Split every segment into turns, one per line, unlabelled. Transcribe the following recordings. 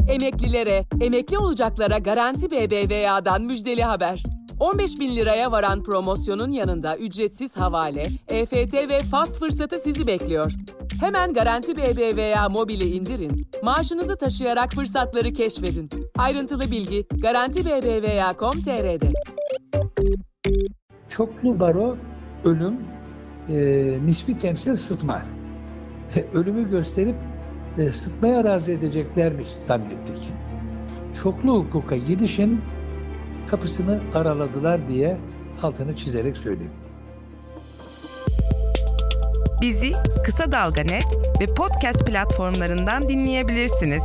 Emeklilere, emekli olacaklara Garanti BBVA'dan müjdeli haber. 15.000 liraya varan promosyonun yanında ücretsiz havale, EFT ve fast fırsatı sizi bekliyor. Hemen Garanti BBVA mobili indirin, maaşınızı taşıyarak fırsatları keşfedin. Ayrıntılı bilgi garantibbva.com.tr'de.
Çoklu baro, ölüm, nispi temsil sıtma. Ölümü gösterip sıtmaya razı edeceklermiş zannettik. Çoklu hukuka gidişin kapısını araladılar diye altını çizerek söyleyeyim.
Bizi Kısa Dalga Net ve podcast platformlarından dinleyebilirsiniz.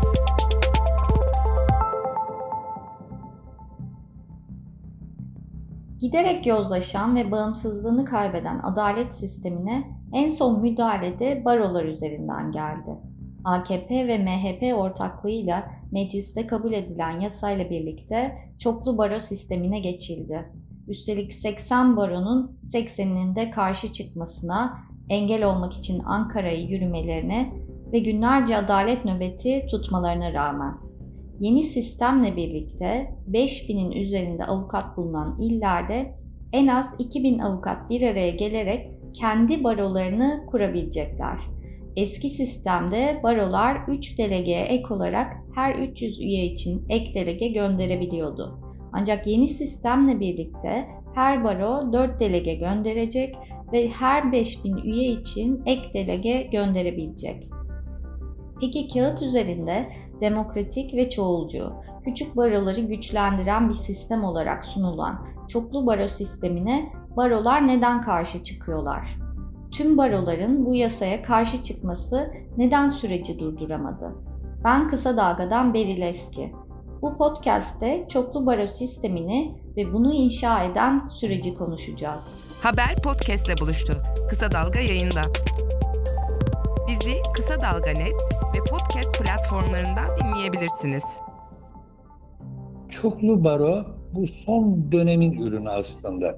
Giderek yozlaşan ve bağımsızlığını kaybeden adalet sistemine en son müdahale de barolar üzerinden geldi. AKP ve MHP ortaklığıyla mecliste kabul edilen yasayla birlikte çoklu baro sistemine geçildi. Üstelik 80 baronun 80'inin de karşı çıkmasına, engel olmak için Ankara'yı yürümelerine ve günlerce adalet nöbeti tutmalarına rağmen. Yeni sistemle birlikte 5.000'in üzerinde avukat bulunan illerde en az 2.000 avukat bir araya gelerek kendi barolarını kurabilecekler. Eski sistemde barolar 3 delegeye ek olarak her 300 üye için ek delege gönderebiliyordu. Ancak yeni sistemle birlikte her baro 4 delege gönderecek ve her 5.000 üye için ek delege gönderebilecek. Peki kağıt üzerinde demokratik ve çoğulcu, küçük baroları güçlendiren bir sistem olarak sunulan çoklu baro sistemine barolar neden karşı çıkıyorlar? Tüm baroların bu yasaya karşı çıkması neden süreci durduramadı? Ben Kısa Dalga'dan Beril Eski. Bu podcast'te çoklu baro sistemini ve bunu inşa eden süreci konuşacağız.
Haber podcast'le buluştu. Kısa Dalga yayında. Bizi Kısa Dalga Net ve podcast platformlarından dinleyebilirsiniz.
Çoklu baro bu son dönemin ürünü aslında.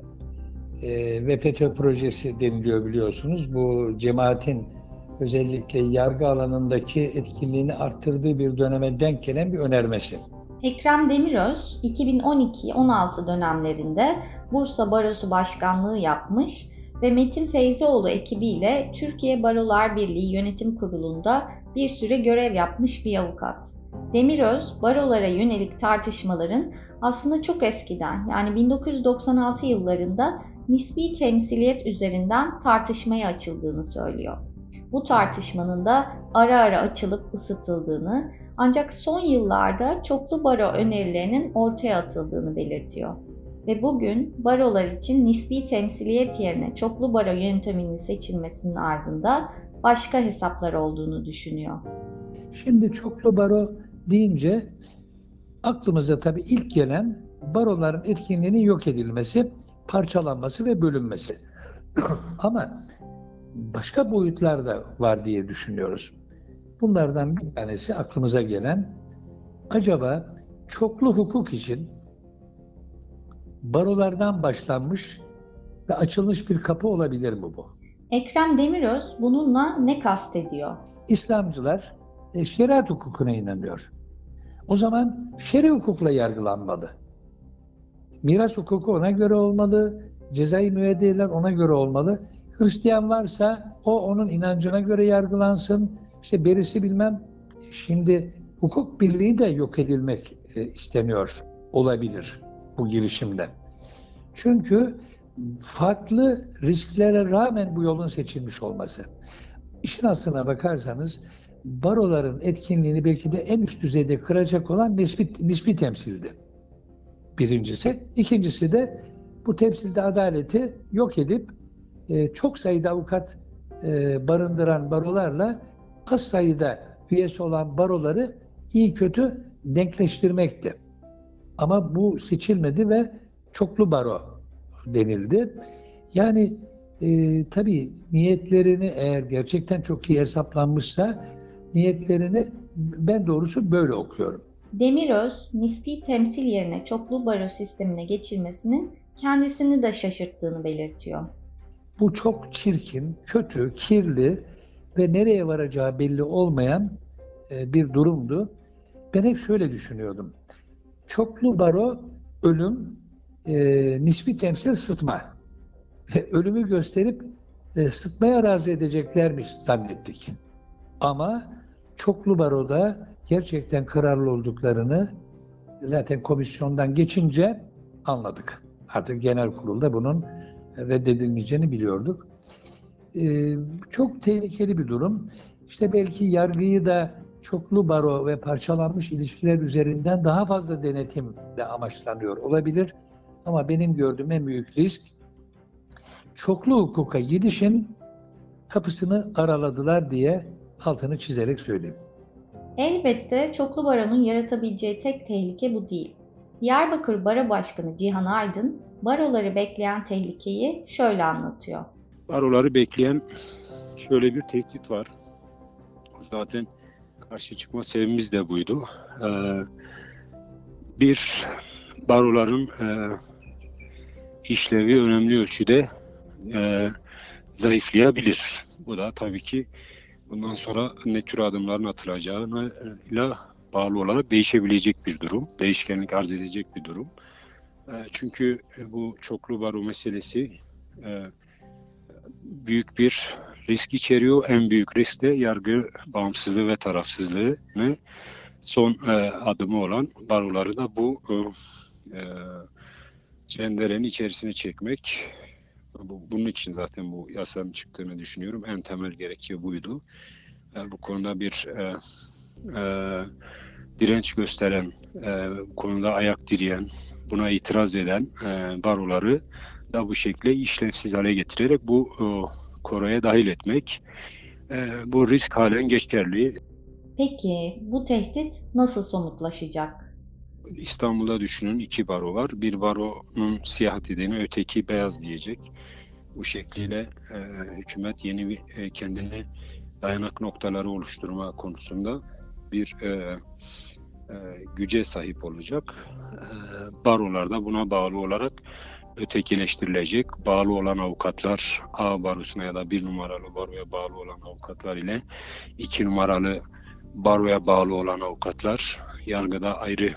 VPT projesi deniliyor biliyorsunuz. Bu cemaatin özellikle yargı alanındaki etkinliğini arttırdığı bir döneme denk gelen bir önermesi.
Ekrem Demiröz 2012-16 dönemlerinde Bursa Barosu Başkanlığı yapmış ve Metin Feyzioğlu ekibiyle Türkiye Barolar Birliği Yönetim Kurulu'nda bir süre görev yapmış bir avukat. Demiröz, barolara yönelik tartışmaların aslında çok eskiden, yani 1996 yıllarında nispi temsiliyet üzerinden tartışmaya açıldığını söylüyor. Bu tartışmanın da ara ara açılıp ısıtıldığını, ancak son yıllarda çoklu baro önerilerinin ortaya atıldığını belirtiyor. Ve bugün barolar için nispi temsiliyet yerine çoklu baro yönteminin seçilmesinin ardında başka hesaplar olduğunu düşünüyor.
Şimdi çoklu baro deyince aklımıza tabii ilk gelen baroların etkinliğinin yok edilmesi, parçalanması ve bölünmesi. Ama başka boyutlar da var diye düşünüyoruz. Bunlardan bir tanesi aklımıza gelen, acaba çoklu hukuk için barolardan başlanmış ve açılmış bir kapı olabilir mi bu?
Ekrem Demiröz bununla ne kastediyor?
İslamcılar şeriat hukukuna inanıyor. O zaman şer'i hukukla yargılanmalı. Miras hukuku ona göre olmalı, cezai müeyyideler ona göre olmalı. Hristiyan varsa o onun inancına göre yargılansın. İşte berisi bilmem. Şimdi hukuk birliği de yok edilmek isteniyor olabilir bu girişimde. Çünkü farklı risklere rağmen bu yolun seçilmiş olması. İşin aslına bakarsanız baroların etkinliğini belki de en üst düzeyde kıracak olan nispi temsildi. Birincisi. İkincisi de bu temsilde adaleti yok edip çok sayıda avukat barındıran barolarla az sayıda üyesi olan baroları iyi kötü denkleştirmekti. Ama bu seçilmedi ve çoklu baro denildi. Yani tabii niyetlerini eğer gerçekten çok iyi hesaplanmışsa niyetlerini ben doğrusu böyle okuyorum.
Demiröz, nispi temsil yerine çoklu baro sistemine geçilmesinin kendisini de şaşırttığını belirtiyor.
Bu çok çirkin, kötü, kirli ve nereye varacağı belli olmayan bir durumdu. Ben hep şöyle düşünüyordum. Çoklu baro, ölüm, nispi temsil sıtma. Ölümü gösterip sıtmaya razı edeceklermiş zannettik. Ama çoklu baroda gerçekten kararlı olduklarını zaten komisyondan geçince anladık. Artık genel kurulda bunun reddedilmeyeceğini biliyorduk. Çok tehlikeli bir durum. İşte belki yargıyı da çoklu baro ve parçalanmış ilişkiler üzerinden daha fazla denetimle amaçlanıyor olabilir. Ama benim gördüğüm en büyük risk, çoklu hukuka gidişin kapısını araladılar diye altını çizerek söyleyeyim.
Elbette çoklu baronun yaratabileceği tek tehlike bu değil. Diyarbakır Baro Başkanı Cihan Aydın, baroları bekleyen tehlikeyi şöyle anlatıyor.
Baroları bekleyen şöyle bir tehdit var. Zaten karşı çıkma sebebimiz de buydu. Bir, baroların işlevi önemli ölçüde zayıflayabilir. Bu da tabii ki bundan sonra ne tür adımların atılacağıyla bağlı olarak değişebilecek bir durum. Değişkenlik arz edecek bir durum. Çünkü bu çoklu baro meselesi büyük bir risk içeriyor. En büyük risk de yargı bağımsızlığı ve tarafsızlığını son adımı olan baroları da bu cenderenin içerisine çekmek. Bunun için zaten bu yasanın çıktığını düşünüyorum. En temel gerekçe buydu. Bu konuda bir direnç gösteren, bu konuda ayak direyen, buna itiraz eden baroları da bu şekilde işlevsiz hale getirerek bu koroya dahil etmek. Bu risk halen geçerli.
Peki bu tehdit nasıl somutlaşacak?
İstanbul'da düşünün 2 baro var. Bir baronun siyah dediğine öteki beyaz diyecek. Bu şekliyle hükümet yeni bir kendine dayanak noktaları oluşturma konusunda bir güce sahip olacak. Barolar da buna bağlı olarak ötekileştirilecek. Bağlı olan avukatlar A barosuna ya da 1 numaralı baroya bağlı olan avukatlar ile 2 numaralı baroya bağlı olan avukatlar yargıda ayrı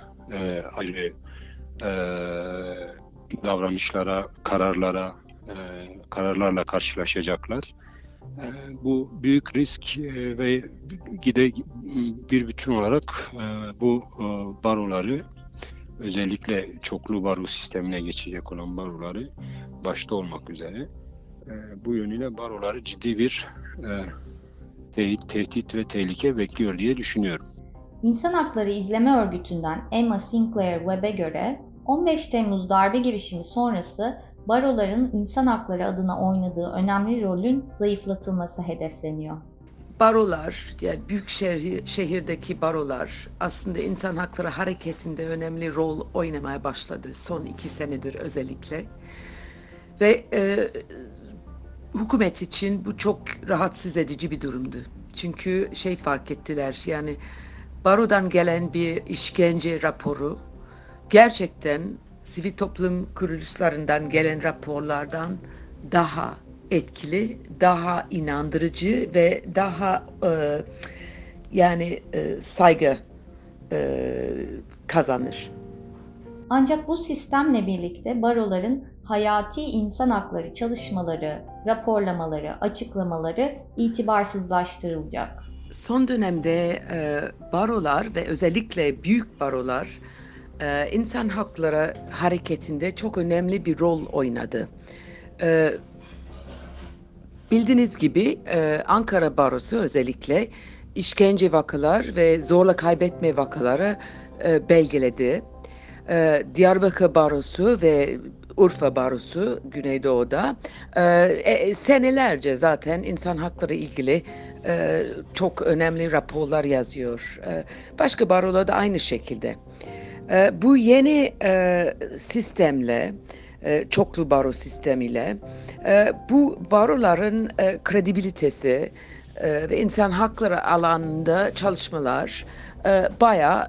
davranışlara, kararlarla karşılaşacaklar. Bu büyük risk ve bir bütün olarak bu baroları, özellikle çoklu baro sistemine geçecek olan baroları başta olmak üzere bu yönüyle baroları ciddi bir tehdit ve tehlike bekliyor diye düşünüyorum.
İnsan Hakları İzleme Örgütü'nden Emma Sinclair Webb'e göre 15 Temmuz darbe girişimi sonrası baroların insan hakları adına oynadığı önemli rolün zayıflatılması hedefleniyor.
Barolar, yani büyük şehirdeki barolar aslında insan hakları hareketinde önemli rol oynamaya başladı son 2 senedir özellikle. Ve hükümet için bu çok rahatsız edici bir durumdu. Çünkü fark ettiler, yani barodan gelen bir işkence raporu gerçekten sivil toplum kuruluşlarından gelen raporlardan daha etkili, daha inandırıcı ve daha saygı kazanır.
Ancak bu sistemle birlikte baroların hayati insan hakları çalışmaları, raporlamaları, açıklamaları itibarsızlaştırılacak.
Son dönemde barolar ve özellikle büyük barolar insan hakları hareketinde çok önemli bir rol oynadı. Bildiğiniz gibi Ankara Barosu özellikle işkence vakalar ve zorla kaybetme vakaları belgeledi. Diyarbakır Barosu ve Urfa Barosu Güneydoğu'da senelerce zaten insan hakları ilgili çok önemli raporlar yazıyor. Başka barolar da aynı şekilde. Bu yeni sistemle, çoklu baro sistemiyle bu baroların kredibilitesi ve insan hakları alanında çalışmalar bayağı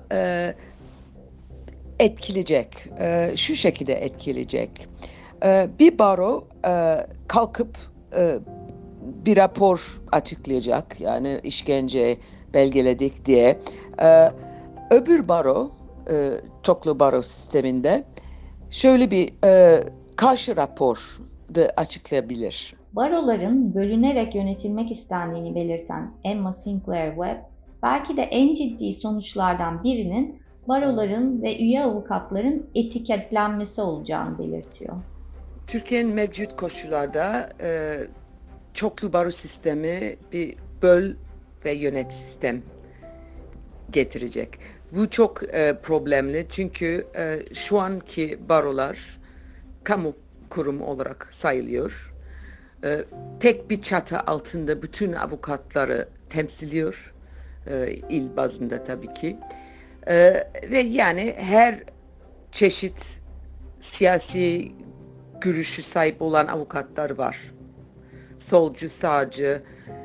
etkileyecek. Şu şekilde etkileyecek. Bir baro kalkıp bir rapor açıklayacak, yani işkence belgeledik diye. öbür baro, çoklu baro sisteminde şöyle bir karşı rapor da açıklayabilir.
Baroların bölünerek yönetilmek istendiğini belirten Emma Sinclair Webb, belki de en ciddi sonuçlardan birinin baroların ve üye avukatların etiketlenmesi olacağını belirtiyor.
Türkiye'nin mevcut koşullarda çoklu baro sistemi bir böl ve yönet sistem getirecek. Bu çok problemli çünkü şu anki barolar kamu kurum olarak sayılıyor. Tek bir çatı altında bütün avukatları temsiliyor, il bazında tabii ki. Ve yani her çeşit siyasi görüşü sahip olan avukatlar var. Solcu, sağcı,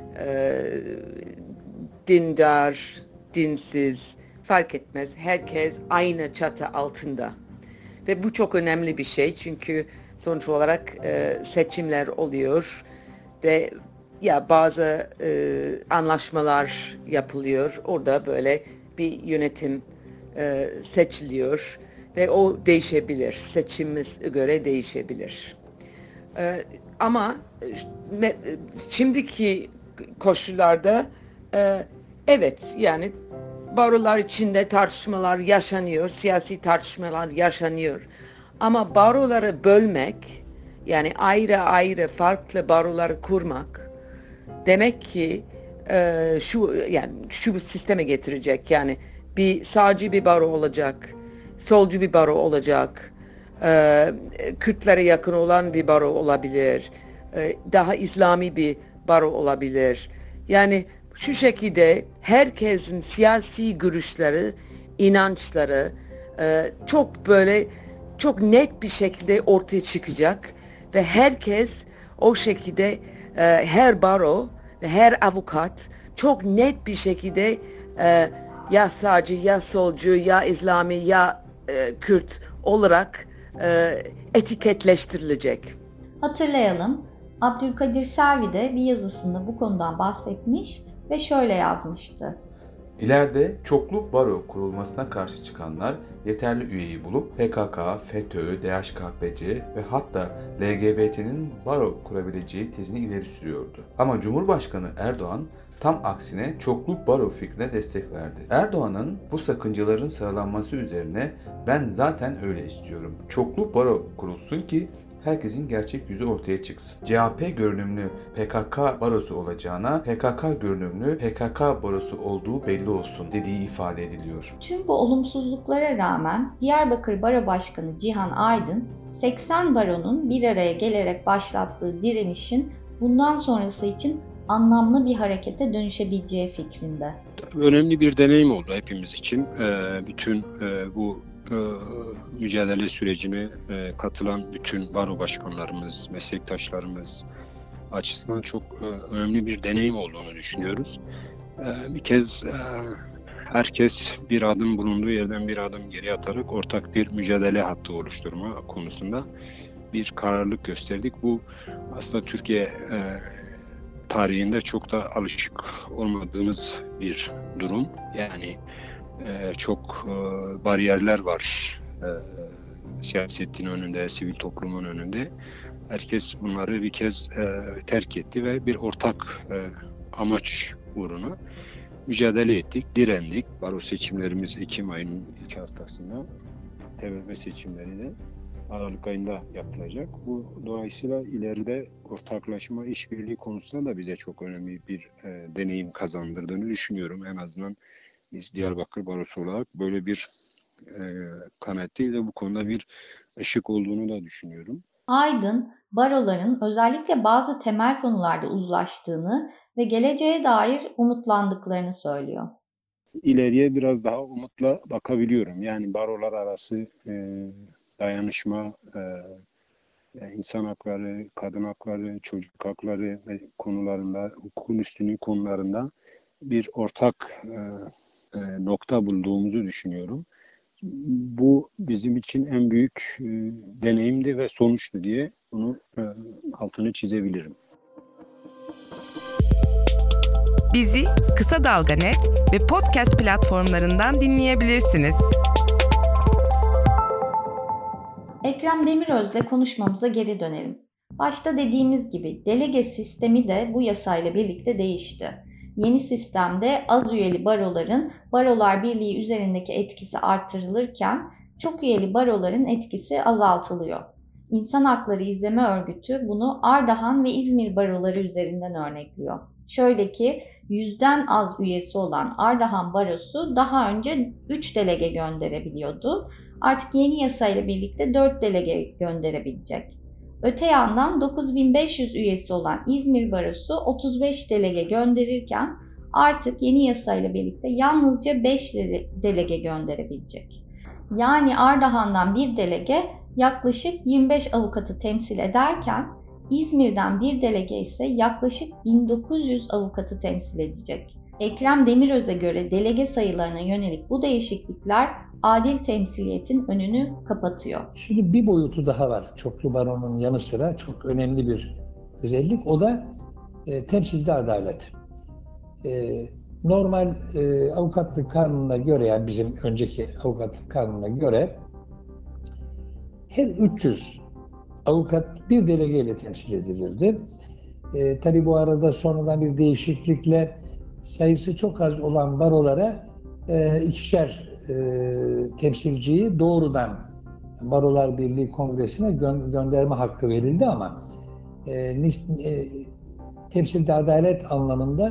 dindar, dinsiz fark etmez. Herkes aynı çatı altında. Ve bu çok önemli bir şey çünkü sonuç olarak seçimler oluyor ve ya bazı anlaşmalar yapılıyor. Orada böyle bir yönetim seçiliyor ve o değişebilir. Seçimimiz göre değişebilir. Ama şimdiki koşullarda evet yani barolar içinde tartışmalar yaşanıyor, siyasi tartışmalar yaşanıyor. Ama baroları bölmek, yani ayrı ayrı farklı baroları kurmak demek ki şu sisteme getirecek. Yani bir sağcı bir baro olacak, solcu bir baro olacak, Kürtlere yakın olan bir baro olabilir, daha İslami bir baro olabilir. Yani şu şekilde herkesin siyasi görüşleri, inançları çok net bir şekilde ortaya çıkacak ve herkes o şekilde her baro ve her avukat çok net bir şekilde ya sağcı, ya solcu, ya İslami, ya Kürt olarak etiketleştirilecek.
Hatırlayalım, Abdülkadir Selvi de bir yazısında bu konudan bahsetmiş ve şöyle yazmıştı.
İleride çoklu baro kurulmasına karşı çıkanlar yeterli üyeyi bulup PKK, FETÖ, DHKPC ve hatta LGBT'nin baro kurabileceği tezini ileri sürüyordu. Ama Cumhurbaşkanı Erdoğan tam aksine çoklu baro fikrine destek verdi. Erdoğan'ın bu sakıncaların sıralanması üzerine ben zaten öyle istiyorum. Çoklu baro kurulsun ki herkesin gerçek yüzü ortaya çıksın. CHP görünümlü PKK barosu olacağına PKK görünümlü PKK barosu olduğu belli olsun dediği ifade ediliyor.
Tüm bu olumsuzluklara rağmen Diyarbakır Baro Başkanı Cihan Aydın, 80 baronun bir araya gelerek başlattığı direnişin bundan sonrası için anlamlı bir harekete dönüşebileceği fikrinde.
Önemli bir deneyim oldu hepimiz için. Bütün bu mücadele sürecine katılan bütün baro başkanlarımız, meslektaşlarımız açısından çok önemli bir deneyim olduğunu düşünüyoruz. Bir kez herkes bir adım bulunduğu yerden bir adım geri atarak ortak bir mücadele hattı oluşturma konusunda bir kararlılık gösterdik. Bu aslında Türkiye tarihinde çok da alışık olmadığımız bir durum. Yani çok bariyerler var siyasetin önünde, sivil toplumun önünde. Herkes bunları bir kez terk etti ve bir ortak amaç uğruna mücadele ettik, direndik. Baro seçimlerimiz Ekim ayının ilk haftasında, TBMM seçimleri de Aralık ayında yapılacak. Bu dolayısıyla ileride ortaklaşma, işbirliği konusunda da bize çok önemli bir deneyim kazandırdığını düşünüyorum. En azından biz Diyarbakır Barosu olarak böyle bir kanaatteyiz ve bu konuda bir ışık olduğunu da düşünüyorum.
Aydın, baroların özellikle bazı temel konularda uzlaştığını ve geleceğe dair umutlandıklarını söylüyor.
İleriye biraz daha umutla bakabiliyorum. Yani barolar arası dayanışma, insan hakları, kadın hakları, çocuk hakları ve konularında, hukukun üstünlüğü konularında bir ortak nokta bulduğumuzu düşünüyorum. Bu bizim için en büyük deneyimdi ve sonuçtu diye bunu altını çizebilirim.
Bizi Kısa Dalga Net ve podcast platformlarından dinleyebilirsiniz.
Ekrem Demiröz'le konuşmamıza geri dönelim. Başta dediğimiz gibi delege sistemi de bu yasayla birlikte değişti. Yeni sistemde az üyeli baroların Barolar Birliği üzerindeki etkisi artırılırken çok üyeli baroların etkisi azaltılıyor. İnsan Hakları İzleme Örgütü bunu Ardahan ve İzmir baroları üzerinden örnekliyor. Şöyle ki 100'den az üyesi olan Ardahan Barosu daha önce 3 delege gönderebiliyordu. Artık yeni yasayla birlikte 4 delege gönderebilecek. Öte yandan 9500 üyesi olan İzmir Barosu 35 delege gönderirken artık yeni yasayla birlikte yalnızca 5 delege gönderebilecek. Yani Ardahan'dan bir delege yaklaşık 25 avukatı temsil ederken İzmir'den bir delege ise yaklaşık 1900 avukatı temsil edecek. Ekrem Demiröz'e göre delege sayılarına yönelik bu değişiklikler adil temsiliyetin önünü kapatıyor.
Şimdi bir boyutu daha var. Çoklu baronun yanı sıra çok önemli bir özellik. O da temsilde adalet. Normal avukatlık kanununa göre, yani bizim önceki avukatlık kanununa göre her 300 avukat bir delegeyle temsil edilirdi. Tabii bu arada sonradan bir değişiklikle sayısı çok az olan barolara ikişer temsilciyi doğrudan Barolar Birliği Kongresi'ne gönderme hakkı verildi ama temsilde adalet anlamında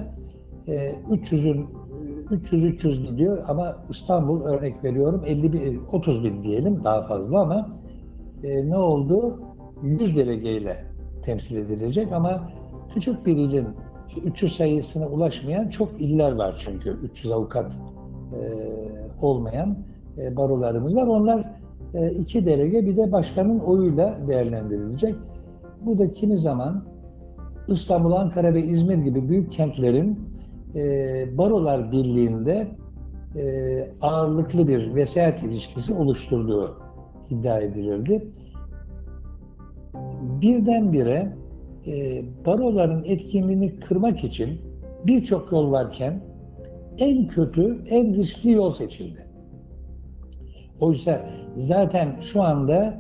300 gidiyor ama İstanbul, örnek veriyorum, 30 bin diyelim, daha fazla ama ne oldu? 100 delegeyle temsil edilecek ama küçük bir ilin 300 sayısına ulaşmayan çok iller var, çünkü 300 avukat olmayan barolarımız var. Onlar 2 delege bir de başkanın oyuyla değerlendirilecek. Bu da kimi zaman İstanbul, Ankara ve İzmir gibi büyük kentlerin Barolar Birliği'nde ağırlıklı bir vesayet ilişkisi oluşturduğu iddia edilirdi. Birdenbire baroların etkinliğini kırmak için birçok yol varken en kötü, en riskli yol seçildi. Oysa zaten şu anda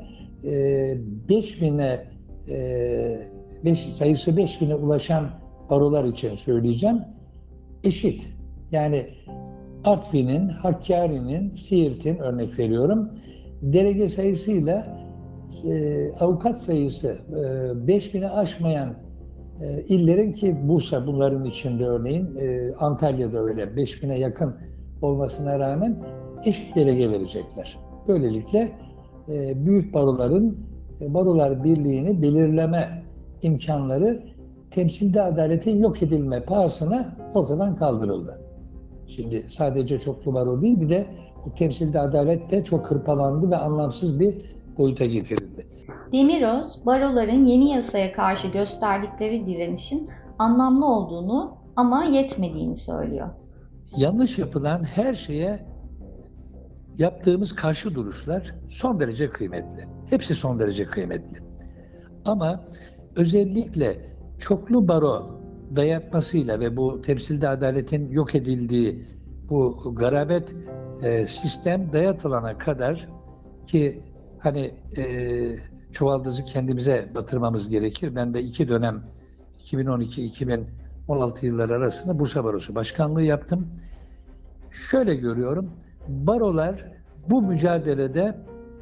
sayısı 5000'e ulaşan barolar için söyleyeceğim, eşit. Yani Artvin'in, Hakkari'nin, Siirt'in, örnek veriyorum, delege sayısıyla avukat sayısı 5000'i aşmayan illerin, ki Bursa bunların içinde örneğin, Antalya'da öyle 5000'e yakın olmasına rağmen eşit delege verecekler. Böylelikle büyük baroların Barolar Birliği'ni belirleme imkanları temsilde adaletin yok edilme pahasına ortadan kaldırıldı. Şimdi sadece çoklu baro değil, bir de bu temsilde adalet de çok hırpalandı ve anlamsız bir boyuta getirildi.
Demiröz, baroların yeni yasaya karşı gösterdikleri direnişin anlamlı olduğunu ama yetmediğini söylüyor.
Yanlış yapılan her şeye yaptığımız karşı duruşlar son derece kıymetli. Hepsi son derece kıymetli. Ama özellikle çoklu baro dayatmasıyla ve bu temsilde adaletin yok edildiği bu garabet sistem dayatılana kadar, ki hani çuvaldızı kendimize batırmamız gerekir. Ben de 2 dönem 2012-2016 yılları arasında Bursa Barosu Başkanlığı yaptım. Şöyle görüyorum, barolar bu mücadelede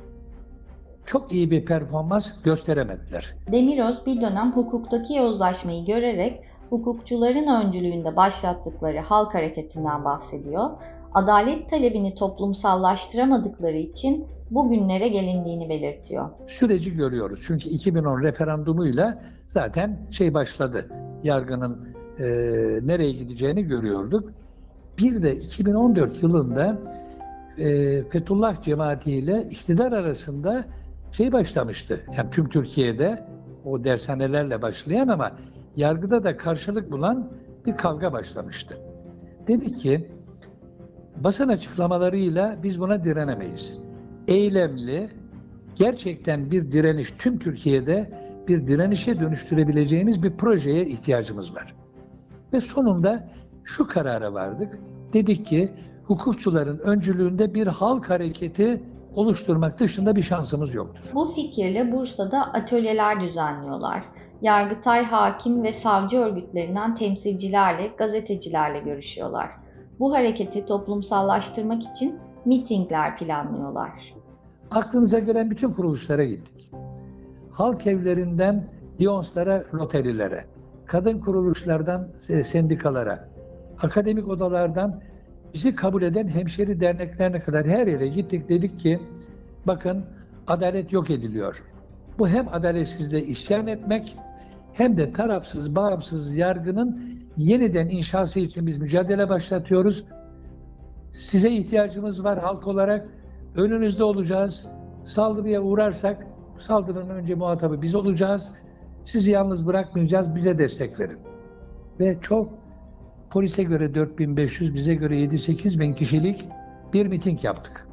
çok iyi bir performans gösteremediler.
Demiröz bir dönem hukuktaki yozlaşmayı görerek hukukçuların öncülüğünde başlattıkları halk hareketinden bahsediyor. Adalet talebini toplumsallaştıramadıkları için bugünlere gelindiğini belirtiyor.
Süreci görüyoruz. Çünkü 2010 referandumuyla zaten başladı. Yargının nereye gideceğini görüyorduk. Bir de 2014 yılında Fethullah cemaati ile iktidar arasında başlamıştı. Yani tüm Türkiye'de o dershanelerle başlayan ama yargıda da karşılık bulan bir kavga başlamıştı. Dedi ki, basın açıklamalarıyla biz buna direnemeyiz. Eylemli, gerçekten bir direniş, tüm Türkiye'de bir direnişe dönüştürebileceğimiz bir projeye ihtiyacımız var. Ve sonunda şu karara vardık. Dedik ki hukukçuların öncülüğünde bir halk hareketi oluşturmak dışında bir şansımız yoktur.
Bu fikirle Bursa'da atölyeler düzenliyorlar. Yargıtay, hakim ve savcı örgütlerinden temsilcilerle, gazetecilerle görüşüyorlar. Bu hareketi toplumsallaştırmak için mitingler planlıyorlar.
Aklınıza gelen bütün kuruluşlara gittik. Halk evlerinden Lyons'lara, Rotary'lere, kadın kuruluşlardan sendikalara, akademik odalardan bizi kabul eden hemşeri derneklerine kadar her yere gittik. Dedik ki bakın adalet yok ediliyor. Bu hem adaletsizliğe isyan etmek hem de tarafsız, bağımsız yargının yeniden inşası için biz mücadele başlatıyoruz. Size ihtiyacımız var halk olarak. Önünüzde olacağız. Saldırıya uğrarsak saldırının önce muhatabı biz olacağız. Sizi yalnız bırakmayacağız. Bize destek verin. Ve çok polise göre 4500, bize göre 7-8 bin kişilik bir miting yaptık.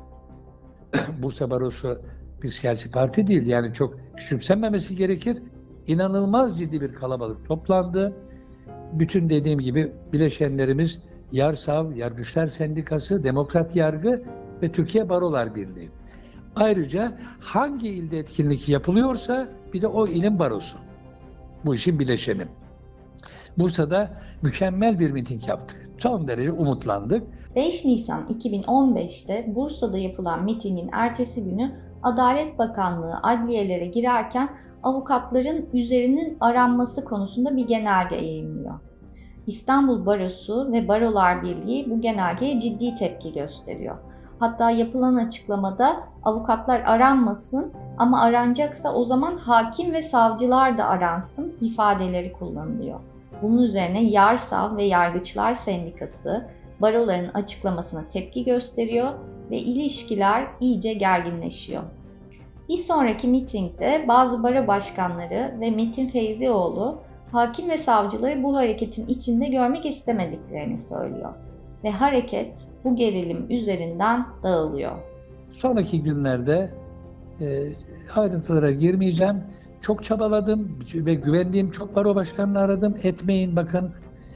Bursa Barosu bir siyasi parti değil. Yani çok küçümsenmemesi gerekir. İnanılmaz ciddi bir kalabalık toplandı. Bütün dediğim gibi bileşenlerimiz Yarsav, Yargıçlar Sendikası, Demokrat Yargı ve Türkiye Barolar Birliği. Ayrıca hangi ilde etkinlik yapılıyorsa bir de o ilin barosu. Bu işin bileşeni. Bursa'da mükemmel bir miting yaptık. Son derece umutlandık.
5 Nisan 2015'te Bursa'da yapılan mitingin ertesi günü Adalet Bakanlığı adliyelere girerken avukatların üzerinin aranması konusunda bir genelge yayımlıyor. İstanbul Barosu ve Barolar Birliği bu genelgeye ciddi tepki gösteriyor. Hatta yapılan açıklamada avukatlar aranmasın ama aranacaksa o zaman hakim ve savcılar da aransın ifadeleri kullanılıyor. Bunun üzerine Yarsav ve Yargıçlar Sendikası baroların açıklamasına tepki gösteriyor ve ilişkiler iyice gerginleşiyor. Bir sonraki mitingde bazı baro başkanları ve Metin Feyzioğlu hakim ve savcıları bu hareketin içinde görmek istemediklerini söylüyor. Ve hareket bu gerilim üzerinden dağılıyor.
Sonraki günlerde ayrıntılara girmeyeceğim. Çok çabaladım ve güvendiğim çok baro başkanını aradım. Etmeyin bakın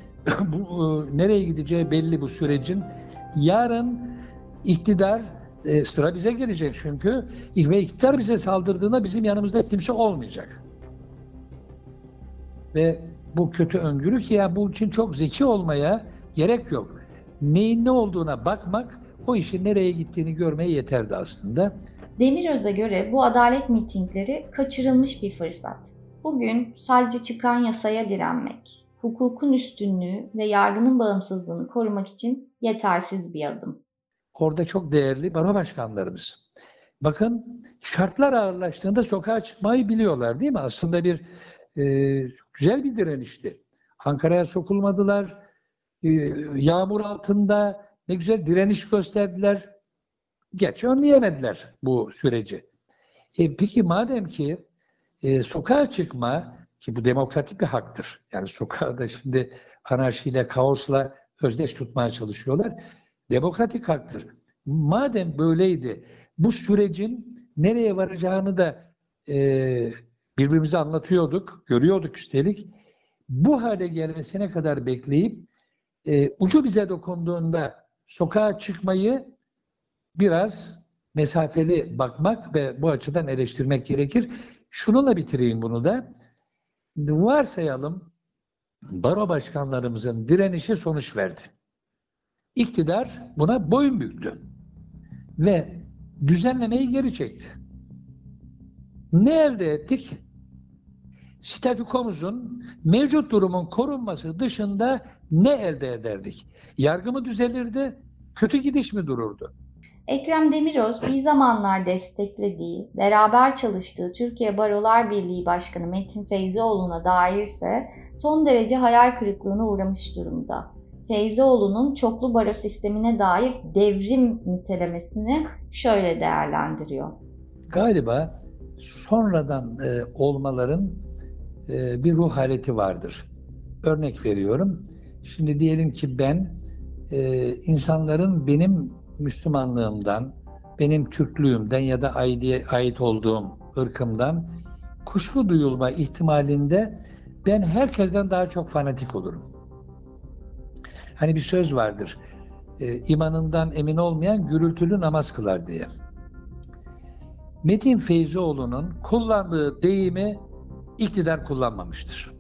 bu nereye gideceği belli bu sürecin. Yarın iktidar sıra bize gelecek çünkü ve iktidar bize saldırdığında bizim yanımızda kimse olmayacak. Ve bu kötü öngörü ki ya bu için çok zeki olmaya gerek yok. Neyin ne olduğuna bakmak o işin nereye gittiğini görmeye yeterdi aslında.
Demiröz'e göre bu adalet mitingleri kaçırılmış bir fırsat. Bugün sadece çıkan yasaya direnmek, hukukun üstünlüğü ve yargının bağımsızlığını korumak için yetersiz bir adım.
Orada çok değerli baro başkanlarımız. Bakın şartlar ağırlaştığında sokağa çıkmayı biliyorlar değil mi? Aslında bir güzel bir direnişti. Ankara'ya sokulmadılar. Yağmur altında ne güzel direniş gösterdiler. Geç önleyemediler bu süreci. Peki madem ki sokağa çıkma, ki bu demokratik bir haktır. Yani sokağa da şimdi anarşiyle, kaosla özdeş tutmaya çalışıyorlar. Demokratik haktır. Madem böyleydi, bu sürecin nereye varacağını da birbirimize anlatıyorduk, görüyorduk üstelik. Bu hale gelmesine kadar bekleyip ucu bize dokunduğunda sokağa çıkmayı biraz mesafeli bakmak ve bu açıdan eleştirmek gerekir. Şununla bitireyim bunu da. Varsayalım baro başkanlarımızın direnişi sonuç verdi. İktidar buna boyun büktü ve düzenlemeyi geri çekti. Ne elde ettik? Statükomuzun mevcut durumun korunması dışında ne elde ederdik? Yargı mı düzelirdi? Kötü gidiş mi dururdu?
Ekrem Demiröz bir zamanlar desteklediği, beraber çalıştığı Türkiye Barolar Birliği Başkanı Metin Feyzioğlu'na dairse son derece hayal kırıklığına uğramış durumda. Feyzioğlu'nun çoklu baro sistemine dair devrim nitelemesini şöyle değerlendiriyor.
Galiba sonradan olmaların bir ruh haleti vardır. Örnek veriyorum. Şimdi diyelim ki ben insanların benim Müslümanlığımdan, benim Türklüğümden ya da ait olduğum ırkımdan kuşku duyulma ihtimalinde ben herkesten daha çok fanatik olurum. Hani bir söz vardır. İmanından emin olmayan gürültülü namaz kılar diye. Metin Feyzoğlu'nun kullandığı deyimi iktidar kullanmamıştır.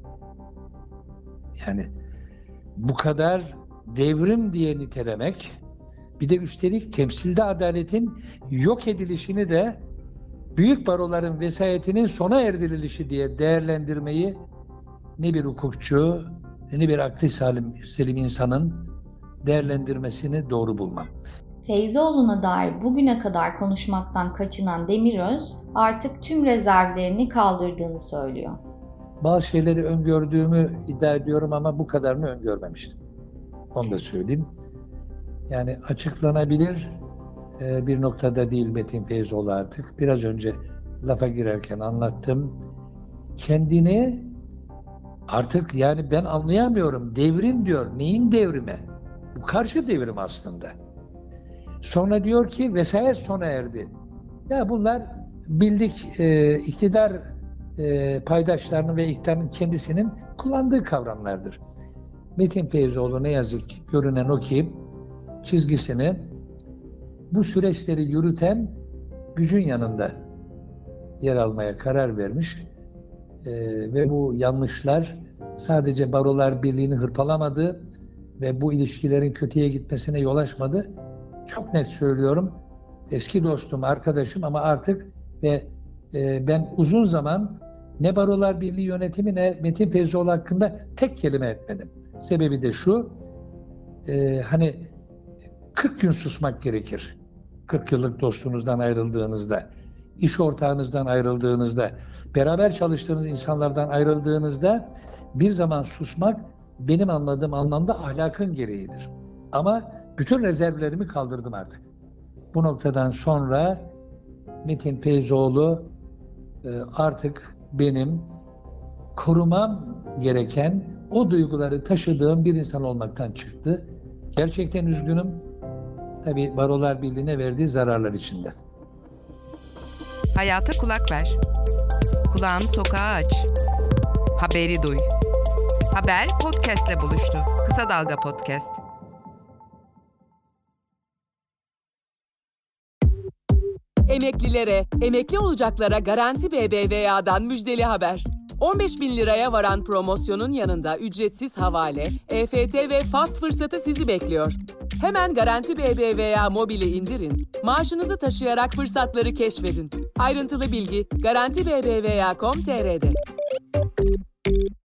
Yani bu kadar devrim diye nitelemek, bir de üstelik temsilde adaletin yok edilişini de büyük baroların vesayetinin sona erdirilişi diye değerlendirmeyi ne bir hukukçu ne bir akli selim insanın değerlendirmesini doğru bulmam.
Feyzoğlu'na dair bugüne kadar konuşmaktan kaçınan Demiröz artık tüm rezervlerini kaldırdığını söylüyor.
Bazı şeyleri öngördüğümü iddia ediyorum ama bu kadarını öngörmemiştim. Onu da söyleyeyim. Yani açıklanabilir bir noktada değil Metin Feyzoğlu artık. Biraz önce lafa girerken anlattım. Kendini artık yani ben anlayamıyorum. Devrim diyor. Neyin devrimi? Bu karşı devrim aslında. Sonra diyor ki vesayet sona erdi. Ya bunlar bildik iktidar paydaşlarının ve iktidarın kendisinin kullandığı kavramlardır. Metin Feyzoğlu ne yazık ki görünen o ki çizgisini bu süreçleri yürüten gücün yanında yer almaya karar vermiş ve bu yanlışlar sadece Barolar Birliği'ni hırpalamadı ve bu ilişkilerin kötüye gitmesine yol açmadı. Çok net söylüyorum, eski dostum, arkadaşım ama artık ve ben uzun zaman ne Barolar Birliği yönetimi ne Metin Feyzoğlu hakkında tek kelime etmedim. Sebebi de şu, hani 40 gün susmak gerekir. 40 yıllık dostunuzdan ayrıldığınızda, iş ortağınızdan ayrıldığınızda, beraber çalıştığınız insanlardan ayrıldığınızda bir zaman susmak benim anladığım anlamda ahlakın gereğidir. Ama bütün rezervlerimi kaldırdım artık. Bu noktadan sonra Metin Feyzoğlu artık benim korumam gereken o duyguları taşıdığım bir insan olmaktan çıktı. Gerçekten üzgünüm. Tabii Barolar Birliği'ne verdiği zararlar içinden.
Hayata kulak ver. Kulağını sokağa aç. Haberi duy. Haber podcast'le buluştu. Kısa Dalga Podcast.
Emeklilere, emekli olacaklara Garanti BBVA'dan müjdeli haber. 15.000 liraya varan promosyonun yanında ücretsiz havale, EFT ve fast fırsatı sizi bekliyor. Hemen Garanti BBVA mobili indirin, maaşınızı taşıyarak fırsatları keşfedin. Ayrıntılı bilgi garantibbva.com.tr'de.